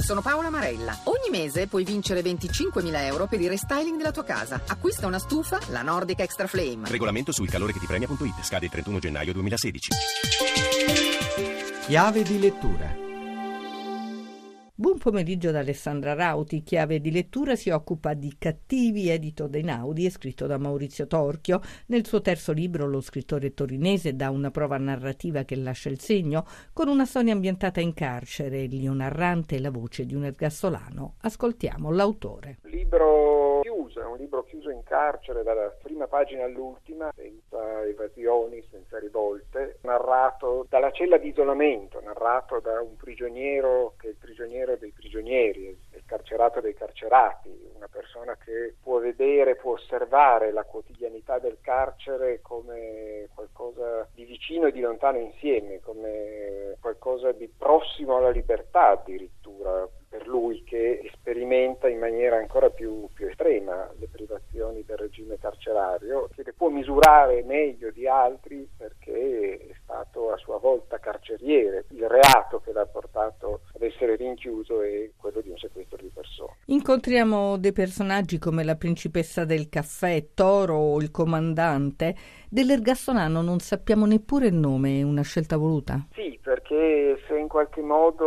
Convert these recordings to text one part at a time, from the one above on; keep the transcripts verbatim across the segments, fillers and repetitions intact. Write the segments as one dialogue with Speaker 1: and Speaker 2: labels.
Speaker 1: sono Paola Marella. Ogni mese puoi vincere venticinquemila euro per il restyling della tua casa. Acquista una stufa, la Nordic Extra Flame.
Speaker 2: Regolamento su il calore che ti premia punto it. Scade il trentuno gennaio duemilasedici.
Speaker 3: Chiave di lettura.
Speaker 4: Buon pomeriggio da Alessandra Rauti. Chiave di lettura si occupa di Cattivi, edito da Einaudi e scritto da Maurizio Torchio. Nel suo terzo libro lo scrittore torinese dà una prova narrativa che lascia il segno, con una storia ambientata in carcere, il Io narrante e la voce di un ergastolano. Ascoltiamo l'autore.
Speaker 5: Libro chiuso, è un libro chiuso in carcere dalla prima pagina all'ultima, senza evasioni, senza rivolte, narrato dalla cella di isolamento, narrato da un prigioniero che è il prigioniero dei prigionieri, il carcerato dei carcerati, una persona che può vedere, può osservare la quotidianità del carcere come qualcosa di vicino e di lontano insieme, come qualcosa di prossimo alla libertà addirittura, per lui che sperimenta in maniera ancora più, più estrema le privazioni del regime carcerario, che le può misurare meglio di altri perché è stato a sua volta carceriere. Il reato che l'ha portato ad essere rinchiuso è quello di un sequestro di persone.
Speaker 4: Incontriamo dei personaggi come la principessa del caffè, Toro o il comandante. Dell'ergastolano non sappiamo neppure il nome, è una scelta voluta?
Speaker 5: Sì, perché se in qualche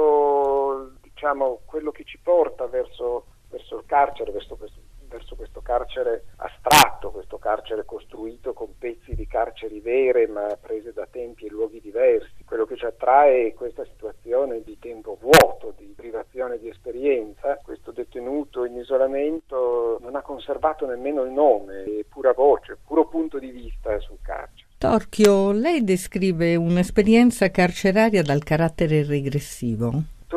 Speaker 5: modo diciamo quello che ci porta verso, verso il carcere, verso questo, verso questo carcere astratto, questo carcere costruito con pezzi di carceri vere ma prese da tempi e luoghi diversi, quello che ci attrae è questa situazione di tempo vuoto, di privazione di esperienza. Questo detenuto in isolamento non ha conservato nemmeno il nome, è pura voce, puro punto di vista sul carcere.
Speaker 4: Torchio, lei descrive un'esperienza carceraria dal carattere regressivo.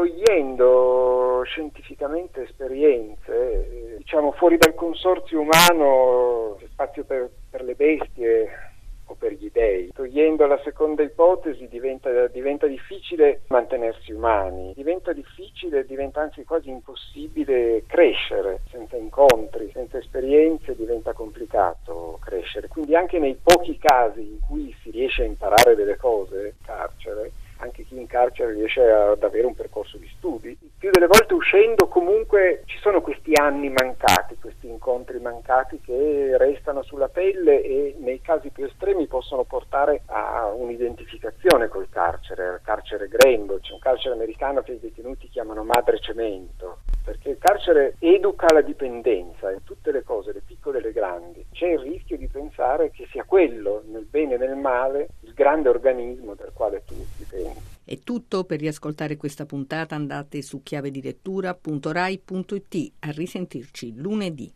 Speaker 5: Togliendo scientificamente esperienze, eh, diciamo fuori dal consorzio umano, c'è spazio per, per le bestie o per gli dei. Togliendo la seconda ipotesi diventa, diventa difficile mantenersi umani, diventa difficile, diventa anzi quasi impossibile crescere senza incontri, senza esperienze diventa complicato crescere. Quindi anche nei pochi casi in cui si riesce a imparare delle cose in carcere, anche chi in carcere riesce ad avere un percorso di studi. Più delle volte uscendo comunque ci sono questi anni mancati, questi incontri mancati che restano sulla pelle e nei casi più estremi possono portare a un'identificazione col carcere, al carcere grembo. C'è un carcere americano che i detenuti chiamano madre cemento, perché il carcere educa alla dipendenza in tutte le cose, le piccole e le grandi. C'è il rischio di pensare che sia quello, nel bene e nel male, il grande organismo del quale tu dipendi.
Speaker 4: È tutto. Per riascoltare questa puntata andate su chiavedilettura punto rai punto it. A risentirci lunedì.